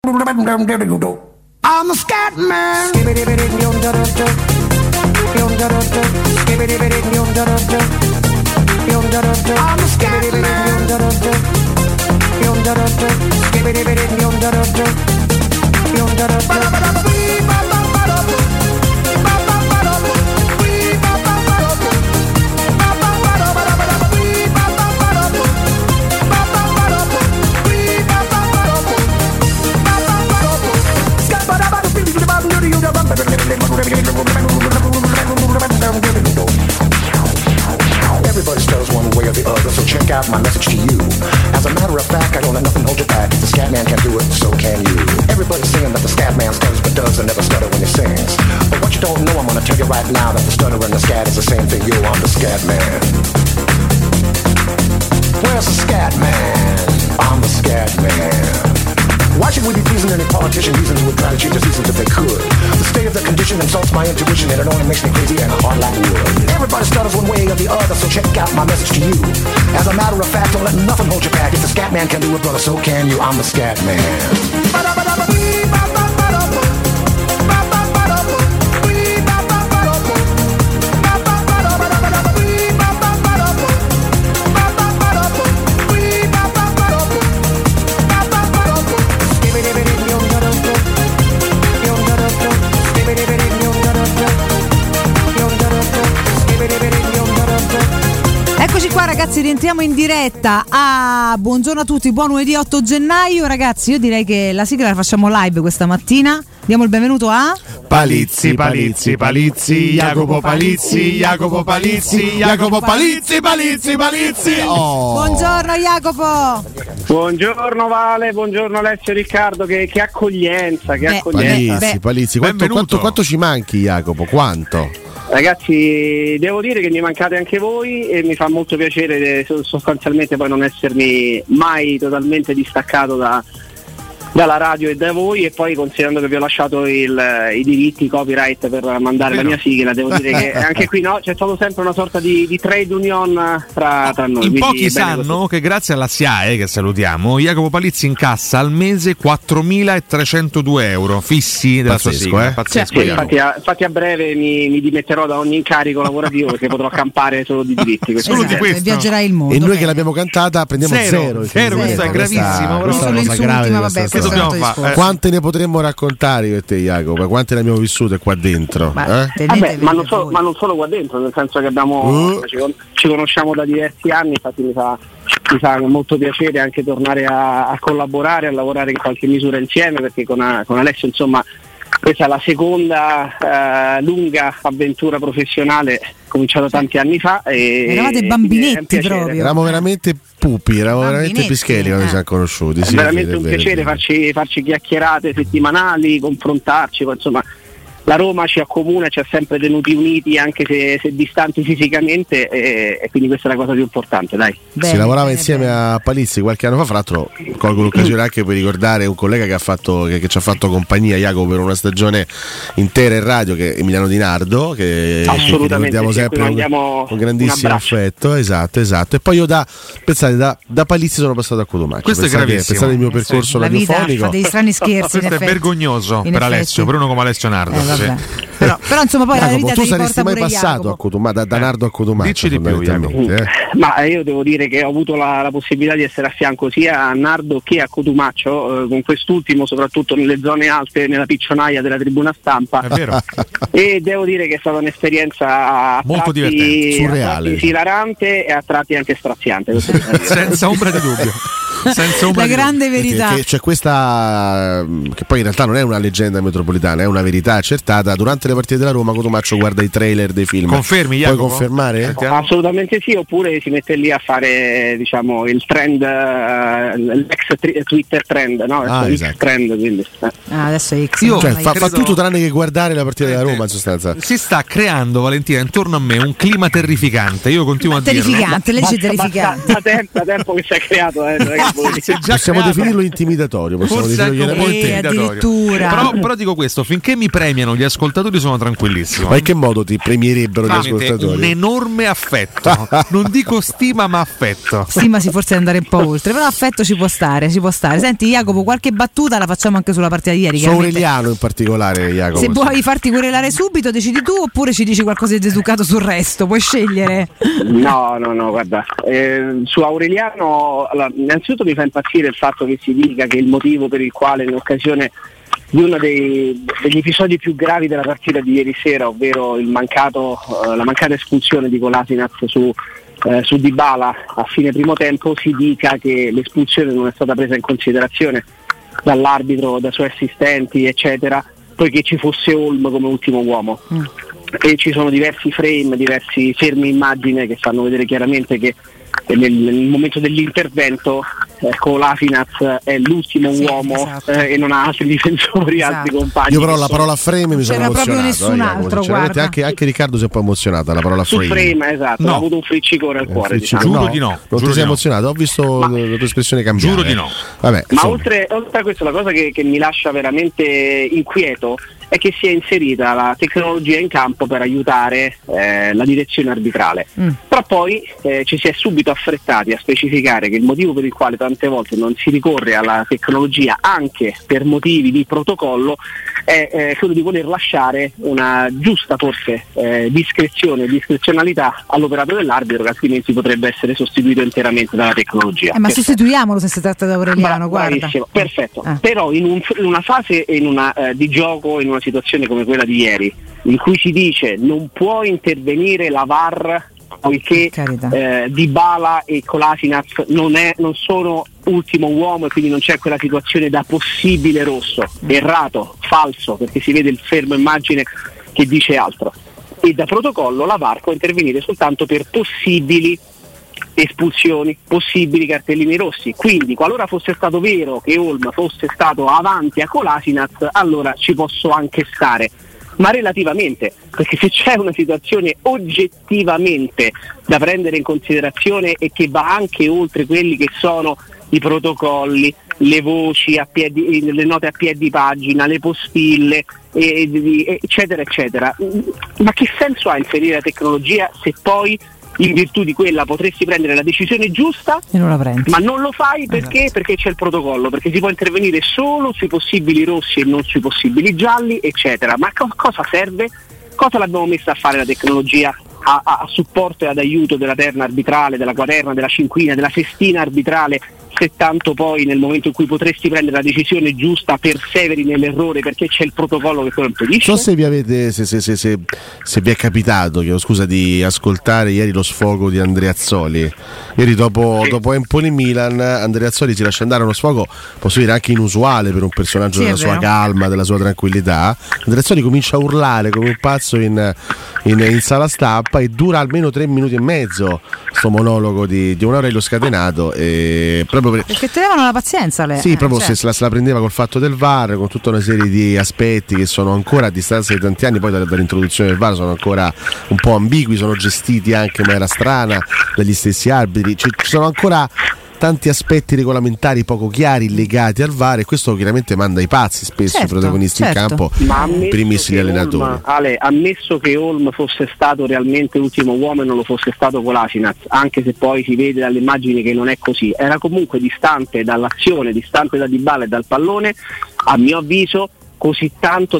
I'm a scat man. I'm a scat Everybody stutters one way or the other, so check out my message to you. As a matter of fact, I don't let nothing hold you back. If the scat man can do it, so can you. Everybody's saying that the scat man stutters but does and never stutter when he sings. But what you don't know, I'm gonna tell you right now that the stutter and the scat is the same thing. Yo, I'm the scat man. Where's the scat man? I'm the scat man. Why should we be pleasing any politician reasons who would try to change the seasons if they could? The state of the condition insults my intuition and it only makes me crazy and hard like wood. Everybody stutters one way or the other, so check out my message to you. As a matter of fact, don't let nothing hold you back. If the scat man can do it, brother, so can you. I'm the scat man. Eccoci qua ragazzi, rientriamo in diretta. Buongiorno a tutti, buon lunedì 8 gennaio. Ragazzi, io direi che la sigla la facciamo live questa mattina. Diamo il benvenuto a Palizzi, Palizzi, Palizzi, Jacopo Palizzi, Jacopo Palizzi, Jacopo Palizzi, Palizzi, Palizzi. Oh. Buongiorno Jacopo. Buongiorno Vale, buongiorno Alessio, Riccardo, che accoglienza, che accoglienza. Palizzi, quanto ci manchi Jacopo, quanto? Ragazzi, devo dire che mi mancate anche voi e mi fa molto piacere sostanzialmente poi non essermi mai totalmente distaccato dalla radio e da voi, e poi considerando che vi ho lasciato i diritti, copyright per mandare la mia sigla, devo dire che anche qui c'è stato sempre una sorta di trade union tra noi. In pochi sanno che grazie alla SIAE, che salutiamo, Jacopo Palizzi incassa al mese 4.302 euro fissi della sua sigla. Pazzesco, sì, infatti a breve mi dimetterò da ogni incarico lavorativo perché potrò campare solo di diritti. Solo di questo. E viaggerai il mondo. E noi che l'abbiamo cantata prendiamo zero. Questo è gravissimo. Questa è una cosa grave, vabbè. Quante ne potremmo raccontare io e te Jacopo? Quante ne abbiamo vissute qua dentro? Ma non solo qua dentro, nel senso che ci conosciamo da diversi anni, infatti mi fa molto piacere anche tornare a collaborare, a lavorare in qualche misura insieme, perché con Alessio insomma questa è la seconda lunga avventura professionale cominciato tanti anni fa. Eravate bambinetti proprio. Eravamo veramente pupi, eravamo veramente pischelli quando ci siamo conosciuti. Sì, è veramente un piacere farci chiacchierate settimanali, confrontarci, insomma. La Roma ci accomuna, ci ha sempre tenuti uniti anche se distanti fisicamente, e quindi questa è la cosa più importante, dai. Si lavorava insieme a Palizzi qualche anno fa, fra l'altro colgo l'occasione anche per ricordare un collega che ci ha fatto compagnia, Jacopo, per una stagione intera in radio, che è Emiliano Di Nardo, che ricordiamo sempre con grandissimo affetto. Esatto. E poi io da Palizzi sono passato a Cotumaccio. Questo è gravissimo. Pensate al mio percorso radiofonico. Fa dei strani scherzi. Questo è vergognoso per Alessio, per uno come Alessio Nardo. Sì. Però insomma poi Jacopo, la vita tu ti saresti mai passato Jacopo. a Cotumaccio, da Nardo a Cotumaccio? Dici di più, Ma io devo dire che ho avuto la possibilità di essere a fianco sia a Nardo che a Cotumaccio, con quest'ultimo soprattutto nelle zone alte, nella piccionaia della tribuna stampa. È vero. E devo dire che è stata un'esperienza molto divertente, surreale, esilarante e a tratti anche straziante. Senza ombra di dubbio. La grande verità. Perché c'è questa, che poi in realtà non è una leggenda metropolitana, è una verità accertata. Durante le partite della Roma Cotumaccio guarda i trailer dei film. Confermi, Jacopo? Puoi confermare? Assolutamente sì, oppure si mette lì a fare, diciamo, il trend, l'ex Twitter trend, no? Esatto. Trend, quindi. Adesso è X. Fa tutto tranne che guardare la partita della Roma, in sostanza. Si sta creando, Valentina, intorno a me un clima terrificante. Io continuo a dirlo. Terrificante, legge terrificante. Da tempo che si è creato, ragazzi. Possiamo definirlo intimidatorio, possiamo definirlo un po' intimidatorio. Però dico questo, finché mi premiano gli ascoltatori sono tranquillissimo. Ma in che modo ti premierebbero gli ascoltatori? Un enorme affetto, non dico stima ma affetto. Stima si forse andare un po' oltre, però affetto ci può stare. Senti Jacopo, qualche battuta la facciamo anche sulla partita di ieri. Su Aureliano in particolare, Jacopo. Se vuoi farti querelare subito decidi tu, oppure ci dici qualcosa di desuccato sul resto, puoi scegliere. No, guarda, su Aureliano innanzitutto mi fa impazzire il fatto che si dica che il motivo per il quale in occasione di uno degli episodi più gravi della partita di ieri sera, ovvero la mancata espulsione di Kolasinac su Dybala a fine primo tempo, si dica che l'espulsione non è stata presa in considerazione dall'arbitro, dai suoi assistenti eccetera, poiché ci fosse Holm come ultimo uomo. E ci sono diversi frame, diversi fermi immagine che fanno vedere chiaramente che nel momento dell'intervento Kolasinac è l'ultimo uomo, esatto. E non ha altri difensori, esatto. Altri compagni. Io però la parola frame mi sono emozionato. C'era proprio nessun altro, guarda. Anche Riccardo si è un po' emozionata la parola frame. Su frame, esatto, no. Ha avuto un friccicore al cuore. Giuro di no. Non ti sei emozionato, ho visto la tua espressione cambiare. Giuro di no. Vabbè, ma oltre a questo, la cosa che mi lascia veramente inquieto è che si è inserita la tecnologia in campo per aiutare la direzione arbitrale. Però poi ci si è subito affrettati a specificare che il motivo per il quale tante volte non si ricorre alla tecnologia anche per motivi di protocollo è quello di voler lasciare una giusta forse discrezionalità all'operato dell'arbitro, che altrimenti potrebbe essere sostituito interamente dalla tecnologia. Ma sostituiamolo se si tratta di Aureliano, guarda. Bravissimo, perfetto. Però in una fase di gioco, in una situazione come quella di ieri, in cui si dice non può intervenire la VAR poiché Dybala e Kolasinac non sono ultimo uomo e quindi non c'è quella situazione da possibile rosso, errato, falso, perché si vede il fermo immagine che dice altro, e da protocollo la VAR può intervenire soltanto per possibili espulsioni, possibili cartellini rossi. Quindi qualora fosse stato vero che Holm fosse stato avanti a Kolasinac, allora ci posso anche stare, ma relativamente, perché se c'è una situazione oggettivamente da prendere in considerazione e che va anche oltre quelli che sono i protocolli, le voci a piedi, le note a piedi pagina, le postille eccetera eccetera, ma che senso ha inserire la tecnologia se poi in virtù di quella potresti prendere la decisione giusta e non la prendi, ma non lo fai perché? Perché c'è il protocollo, perché si può intervenire solo sui possibili rossi e non sui possibili gialli eccetera. Ma cosa serve? Cosa l'abbiamo messa a fare la tecnologia a supporto e ad aiuto della terna arbitrale, della quaterna, della cinquina, della sestina arbitrale, se tanto poi nel momento in cui potresti prendere la decisione giusta perseveri nell'errore perché c'è il protocollo che quello impedisce? Non so se vi avete se vi è capitato, chiedo scusa, di ascoltare ieri lo sfogo di Andreazzoli. Ieri dopo Empoli-Milan Andreazzoli si lascia andare uno sfogo, posso dire anche inusuale per un personaggio della sua calma, della sua tranquillità. Andreazzoli comincia a urlare come un pazzo in sala stampa e dura almeno 3 minuti e mezzo sto monologo di un Aurelio scatenato, e proprio perché tenevano la pazienza sì, proprio se la prendeva col fatto del VAR, con tutta una serie di aspetti che sono ancora a distanza di tanti anni poi dall'introduzione del VAR sono ancora un po' ambigui, sono gestiti anche in maniera strana dagli stessi arbitri, ci sono ancora tanti aspetti regolamentari poco chiari legati al VAR, e questo chiaramente manda i pazzi spesso i protagonisti in campo, primis gli allenatori. Ammesso che Holm fosse stato realmente l'ultimo uomo e non lo fosse stato Kolasinac, anche se poi si vede dalle immagini che non è così, era comunque distante dall'azione, distante da Dybala e dal pallone, a mio avviso così tanto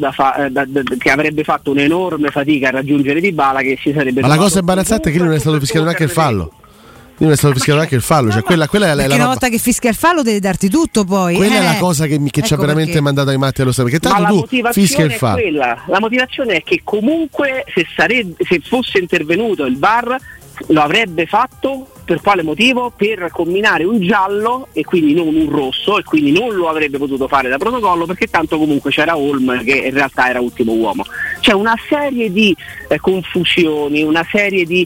che avrebbe fatto un'enorme fatica a raggiungere Dybala, che si sarebbe... Ma la cosa imbarazzante è che lui non è stato fischiato neanche il fallo. Non è stato fischiato anche il fallo, cioè quella è la una volta che fischia il fallo devi darti tutto poi. Quella è la cosa che ci ha veramente mandato ai matti allo stadio, perché tanto tu fischia il fallo. La motivazione è che comunque se fosse intervenuto il VAR lo avrebbe fatto. Per quale motivo? Per combinare un giallo e quindi non un rosso, e quindi non lo avrebbe potuto fare da protocollo, perché tanto comunque c'era Holm che in realtà era ultimo uomo. C'è una serie di confusioni, una serie di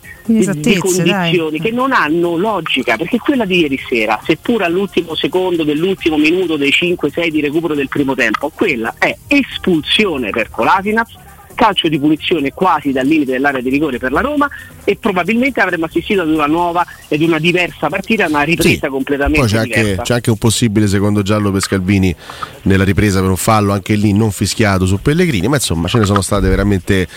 condizioni che non hanno logica, perché quella di ieri sera, seppur all'ultimo secondo dell'ultimo minuto dei 5-6 di recupero del primo tempo, quella è espulsione per Kolasinac, calcio di punizione quasi dal limite dell'area di rigore per la Roma, e probabilmente avremmo assistito ad una nuova ed una diversa partita, una ripresa completamente poi diversa. C'è anche un possibile secondo giallo per Scalvini nella ripresa per un fallo anche lì non fischiato su Pellegrini, ma insomma ce ne sono state veramente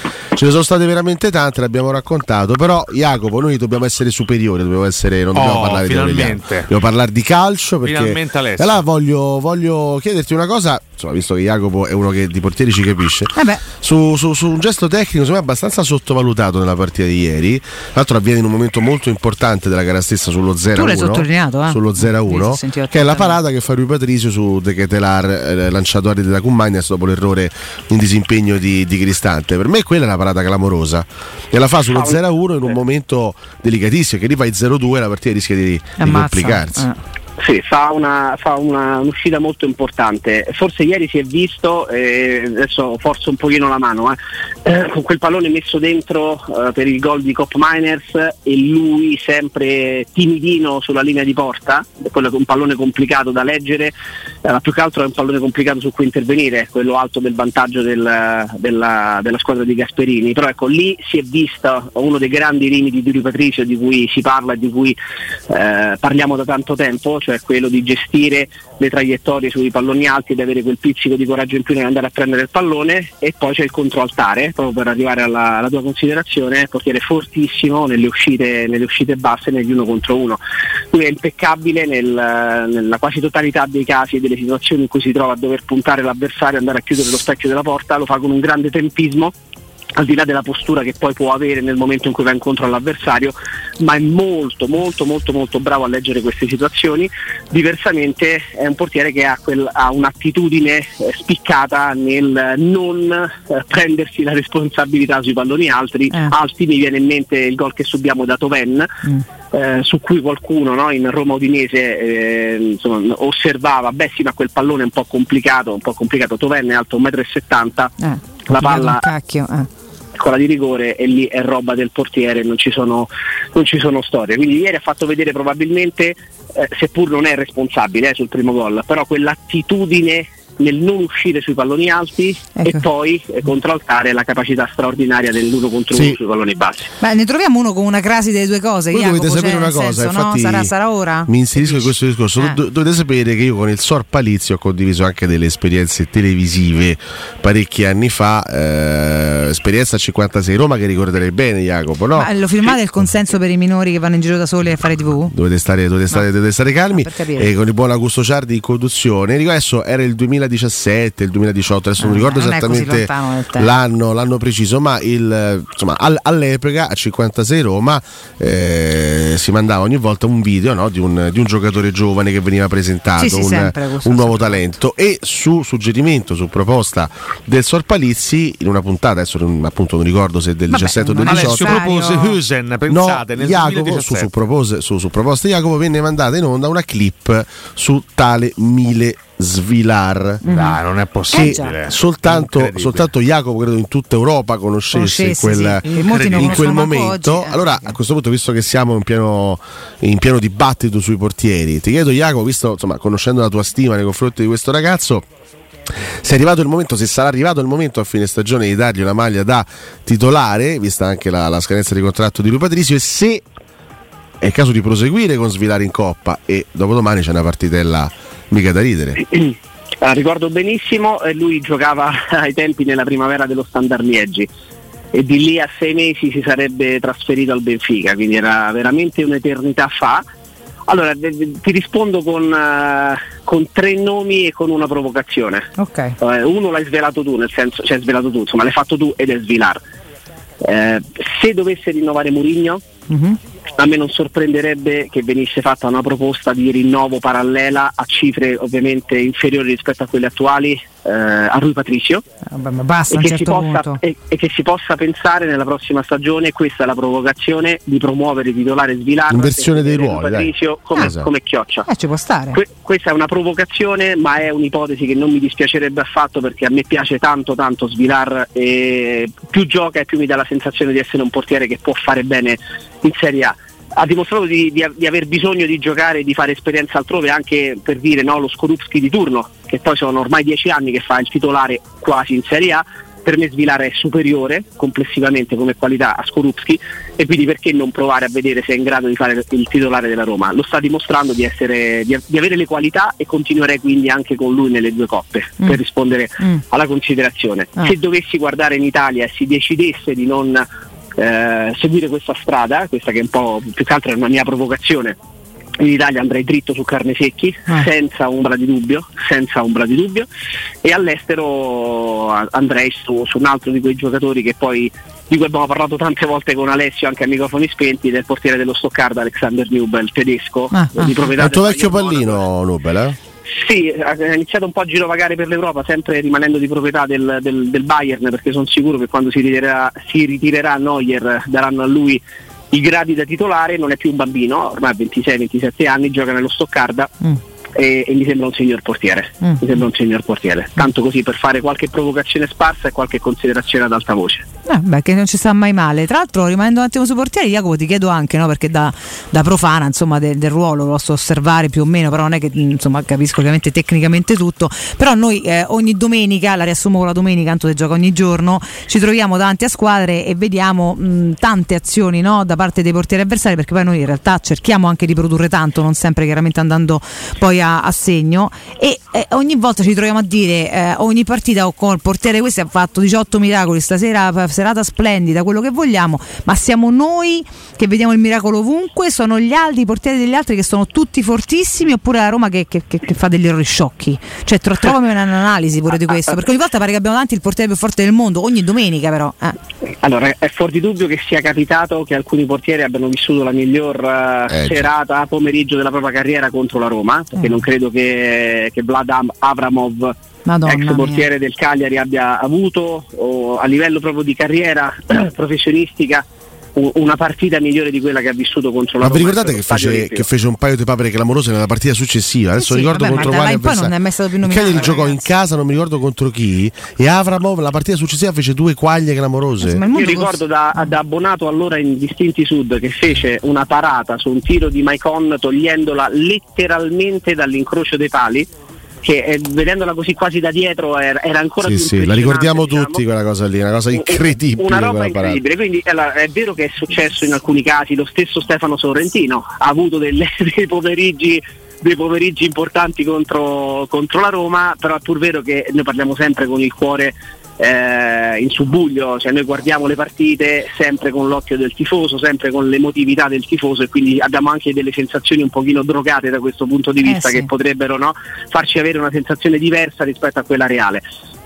tante, l'abbiamo raccontato. Però Jacopo, noi dobbiamo essere superiori, non dobbiamo parlare di Aureliano, dobbiamo parlare di calcio, perché finalmente Alessio. Allora voglio chiederti una cosa, insomma, visto che Jacopo è uno che di portieri ci capisce, su un gesto tecnico secondo me abbastanza sottovalutato nella partita di ieri. Tra l'altro avviene in un momento molto importante della gara stessa, sullo 0-1. Tu l'hai sottolineato, sullo 0-1, che è la parata che fa Rui Patricio su De Ketelar, lanciato a rete da Koumanias dopo l'errore in disimpegno di Cristante. Per me quella è una parata clamorosa, e la fa sullo 0-1 in un momento delicatissimo, che lì fai 0-2 e la partita rischia di complicarsi. Sì, fa un'uscita molto importante. Forse ieri si è visto, adesso forzo un pochino la mano, con quel pallone messo dentro per il gol di Koopmeiners, e lui sempre timidino sulla linea di porta. Quello è un pallone complicato da leggere, ma più che altro è un pallone complicato su cui intervenire, quello alto del vantaggio della squadra di Gasperini. Però ecco, lì si è visto uno dei grandi limiti di Rui Patricio, di cui si parla e di cui parliamo da tanto tempo, cioè quello di gestire le traiettorie sui palloni alti ed avere quel pizzico di coraggio in più nell'andare a prendere il pallone. E poi c'è il controaltare, proprio per arrivare alla tua considerazione, portiere fortissimo nelle uscite basse, negli 1 contro 1. Lui è impeccabile nella quasi totalità dei casi e delle situazioni in cui si trova a dover puntare l'avversario e andare a chiudere lo specchio della porta. Lo fa con un grande tempismo, al di là della postura che poi può avere nel momento in cui va incontro all'avversario, ma è molto molto molto molto bravo a leggere queste situazioni. Diversamente è un portiere che ha un'attitudine spiccata nel non prendersi la responsabilità sui palloni alti. Mi viene in mente il gol che subiamo da Toven, su cui qualcuno, in Roma Udinese osservava, ma quel pallone è un po' complicato. Toven è alto 1,70 m, la palla con la di rigore, e lì è roba del portiere, non ci sono storie. Quindi ieri ha fatto vedere probabilmente, seppur non è responsabile sul primo gol, però quell'attitudine nel non uscire sui palloni alti, ecco. E poi contraltare la capacità straordinaria dell'1 contro 1 sui palloni bassi. Ma ne troviamo uno con una crasi delle due cose. Voi dovete sapere una cosa, infatti, sarà ora? Mi inserisco in questo discorso. Dovete sapere che io con il Sor Palizzi ho condiviso anche delle esperienze televisive parecchi anni fa, esperienza 56 Roma che ricorderei bene, Jacopo, no? Ma lo firmate il consenso per i minori che vanno in giro da soli a fare TV? Dovete stare calmi, e con il buon Augusto Ciardi in conduzione. Adesso era il 2017, il 2018, adesso non ricordo esattamente l'anno preciso, ma all'epoca a 56 Roma si mandava ogni volta un video, no, di un giocatore giovane che veniva presentato, un nuovo talento, e su suggerimento, su proposta del Sor Palizzi, in una puntata, adesso appunto non ricordo se del 17 o del 18, Alessio propose Husen, pensate, nel Jacopo, 2017. su proposta di Jacopo venne mandata in onda una clip su tale Mile Svilar. Dai, non è possibile. Soltanto Jacopo, credo, in tutta Europa conoscesse in quel momento. Oggi, allora, a questo punto, visto che siamo in pieno dibattito sui portieri, ti chiedo, Jacopo, visto, conoscendo la tua stima nei confronti di questo ragazzo, se sarà arrivato il momento a fine stagione di dargli una maglia da titolare, vista anche la scadenza di contratto di Rui Patricio, e se è il caso di proseguire con Svilar in Coppa, e dopodomani c'è una partitella mica da ridere. Ricordo benissimo, lui giocava ai tempi nella primavera dello Standard Liegi, e di lì a 6 mesi si sarebbe trasferito al Benfica, quindi era veramente un'eternità fa. Allora ti rispondo con 3 nomi e con una provocazione. Okay. Uno l'hai svelato tu, nel senso, svelato tu, l'hai fatto tu, ed è Svilar. Se dovesse rinnovare Mourinho, a me non sorprenderebbe che venisse fatta una proposta di rinnovo parallela a cifre ovviamente inferiori rispetto a quelle attuali a Rui Patricio, e che si possa pensare nella prossima stagione, questa è la provocazione, di promuovere titolare Svilar, inversione dei ruoli, Patricio come Chioccia. Ci può stare. Questa è una provocazione, ma è un'ipotesi che non mi dispiacerebbe affatto, perché a me piace tanto Svilar, e più gioca e più mi dà la sensazione di essere un portiere che può fare bene in Serie A. Ha dimostrato di aver bisogno di giocare e di fare esperienza altrove, anche per dire, lo Skorupski di turno, che poi sono ormai 10 anni che fa il titolare quasi in Serie A, per me Svilar è superiore complessivamente come qualità a Skorupski, e quindi perché non provare a vedere se è in grado di fare il titolare della Roma. Lo sta dimostrando di avere le qualità, e continuerei quindi anche con lui nelle due coppe per rispondere alla considerazione. Se dovessi guardare in Italia e si decidesse di non seguire questa strada, questa che è un po' più che altro è una mia provocazione, in Italia andrei dritto su Carnesecchi, senza ombra di dubbio, e all'estero andrei su un altro di quei giocatori di cui abbiamo parlato tante volte con Alessio anche a microfoni spenti, del portiere dello Stoccarda Alexander Nubel, tedesco, di proprietà il tuo vecchio pallino Nubel, Sì, ha iniziato un po' a girovagare per l'Europa, sempre rimanendo di proprietà del Bayern, perché sono sicuro che quando si ritirerà Neuer daranno a lui i gradi da titolare. Non è più un bambino, ormai ha 26-27 anni, gioca nello Stoccarda e mi sembra un signor portiere. Tanto così per fare qualche provocazione sparsa e qualche considerazione ad alta voce. Che non ci sta mai male. Tra l'altro, rimanendo un attimo sui portieri, Jacopo, ti chiedo anche, no, perché da profana, insomma, del ruolo lo posso osservare più o meno, però non è che insomma capisco ovviamente tecnicamente tutto. Però noi ogni domenica, la riassumo con la domenica, tanto che gioca ogni giorno, ci troviamo davanti a squadre e vediamo tante azioni, no, da parte dei portieri avversari, perché poi noi in realtà cerchiamo anche di produrre tanto, non sempre chiaramente andando poi a segno, e ogni volta ci troviamo a dire ogni partita con il portiere questo ha fatto 18 miracoli stasera, serata splendida, quello che vogliamo, ma siamo noi che vediamo il miracolo ovunque, sono gli altri, i portieri degli altri che sono tutti fortissimi, oppure la Roma che fa degli errori sciocchi? Cioè trovami un'analisi pure di questo, perché ogni volta pare che abbiamo davanti il portiere più forte del mondo, ogni domenica però. Allora, è fuori di dubbio che sia capitato che alcuni portieri abbiano vissuto la miglior serata pomeriggio della propria carriera contro la Roma, perché non credo che Vlad Avramov, ex portiere del Cagliari, abbia avuto a livello proprio di carriera professionistica una partita migliore di quella che ha vissuto contro la Roma. Ma vi ricordate che fece un paio di papere clamorose nella partita successiva? Adesso ricordo contro quale avversario. Non è mai stato più il nominato. Cagliari giocò in casa, non mi ricordo contro chi, e Avramov la partita successiva fece 2 quaglie clamorose. Io ricordo da abbonato allora in Distinti Sud che fece una parata su un tiro di Maicon togliendola letteralmente dall'incrocio dei pali, che vedendola così quasi da dietro era ancora più impressionante. La ricordiamo tutti quella cosa lì, una cosa incredibile, una roba incredibile. Quindi è vero che è successo in alcuni casi, lo stesso Stefano Sorrentino ha avuto dei pomeriggi importanti contro la Roma, però è pur vero che noi parliamo sempre con il cuore in subbuglio, cioè noi guardiamo le partite sempre con l'occhio del tifoso, sempre con l'emotività del tifoso, e quindi abbiamo anche delle sensazioni un pochino drogate da questo punto di vista, che potrebbero farci avere una sensazione diversa rispetto a quella reale.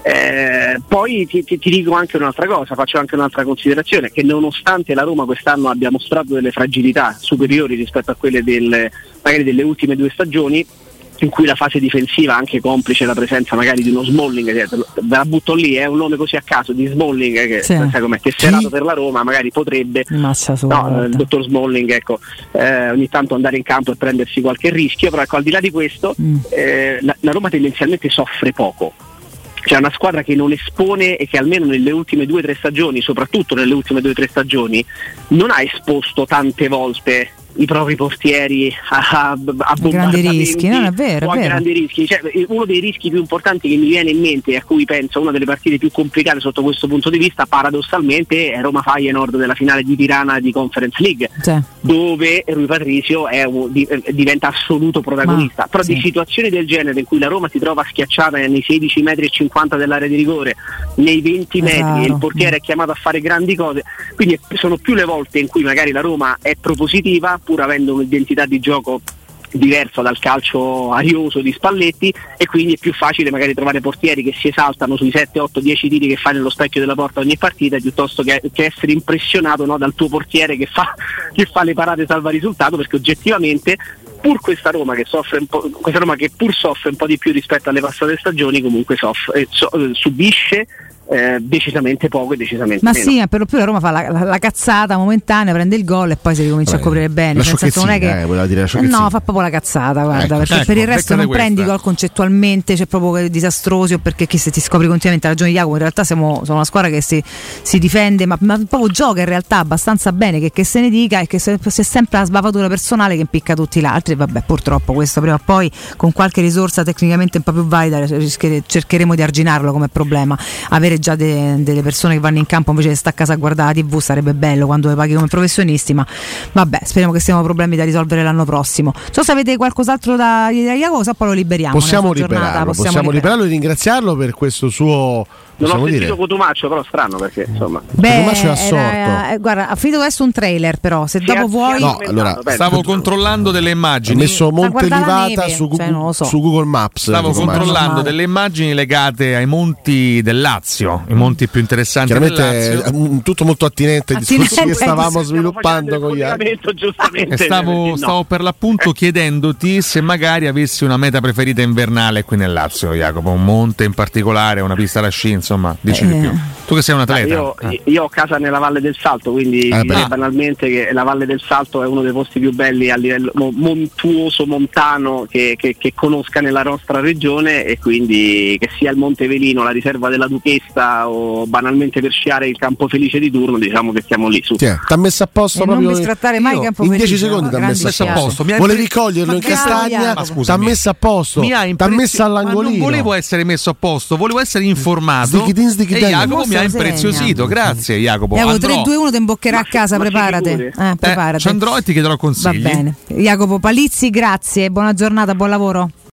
Poi ti dico anche un'altra cosa, faccio anche un'altra considerazione, che nonostante la Roma quest'anno abbia mostrato delle fragilità superiori rispetto a quelle magari delle ultime 2 stagioni, in cui la fase difensiva, anche complice la presenza magari di uno Smalling, ve la butto lì, è un nome così a caso di Smalling che sai com'è, tesserato per la Roma, magari potrebbe il dottor Smalling, ecco, ogni tanto andare in campo e prendersi qualche rischio, però ecco, al di là di questo la Roma tendenzialmente soffre poco. C'è una squadra che non espone e che almeno nelle ultime 2-3 stagioni, soprattutto nelle ultime 2-3 stagioni, non ha esposto tante volte i propri portieri a grandi rischi, non è vero, o a grandi rischi. Cioè, uno dei rischi più importanti che mi viene in mente e a cui penso una delle partite più complicate sotto questo punto di vista, paradossalmente, è Roma-Feyenoord della finale di Tirana di Conference League, dove Rui Patricio diventa assoluto protagonista. Però di situazioni del genere in cui la Roma si trova schiacciata nei 16,50 metri dell'area di rigore, nei 20 metri, e il portiere è chiamato a fare grandi cose, quindi sono più le volte in cui magari la Roma è propositiva, pur avendo un'identità di gioco diversa dal calcio arioso di Spalletti, e quindi è più facile magari trovare portieri che si esaltano sui 7, 8, 10 tiri che fai nello specchio della porta ogni partita, piuttosto che essere impressionato dal tuo portiere che fa le parate salva risultato, perché oggettivamente pur questa Roma che pur soffre un po' di più rispetto alle passate stagioni, comunque subisce decisamente poco e decisamente meno. Sì, per lo più la Roma fa la cazzata momentanea, prende il gol e poi si ricomincia a coprire bene. La non è che no, fa proprio la cazzata, guarda, perché per il resto non prendi gol concettualmente, c'è proprio disastrosi, o perché se ti scopri continuamente, la ragione di Jacopo, in realtà sono una squadra che si difende, ma proprio gioca in realtà abbastanza bene, che se ne dica, e che c'è sempre la sbavatura personale che impicca tutti gli altri. Vabbè, purtroppo questo prima o poi con qualche risorsa tecnicamente un po' più valida cercheremo di arginarlo come problema, avere già delle persone che vanno in campo invece di stare a casa a guardare la TV, sarebbe bello quando le paghi come professionisti, ma vabbè, speriamo che siano problemi da risolvere l'anno prossimo. So se avete qualcos'altro da dire a Jacopo, poi lo liberiamo. Possiamo liberarlo e ringraziarlo per questo suo... Non ho sentito Cotumaccio, però strano perché insomma. Cotumaccio è assorto. Guarda, ha finito adesso un trailer, però se dopo vuoi. No, allora stavo controllando delle immagini. Ho messo Monte Livata su Google Maps. Stavo controllando delle immagini legate ai monti del Lazio, i monti più interessanti del Lazio. Tutto molto attinente ai discorsi che stavamo sviluppando con gli altri. E stavo per l'appunto chiedendoti se magari avessi una meta preferita invernale qui nel Lazio, Jacopo, un monte in particolare, una pista da sci, insomma, dici di più. Tu che sei un atleta. Io ho casa nella Valle del Salto, quindi banalmente che la Valle del Salto è uno dei posti più belli a livello montuoso, montano che conosca nella nostra regione, e quindi che sia il Monte Velino, la riserva della Duchessa o banalmente per sciare il Campo Felice di turno, diciamo che siamo lì su. T'ha messo a posto proprio non bistrattare mai Campo in Felice, 10 secondi t'ha messo a posto. Volevi coglierlo in castagna, t'ha messo a posto, t'ha messo all'angolino. Non volevo essere messo a posto, volevo essere informato. E Jacopo mi ha impreziosito. Grazie Jacopo. 3-2-1 ti imboccherà a casa, preparate. Ci andrò e ti chiederò consigli. Va bene. Jacopo Palizzi, grazie, buona giornata, buon lavoro.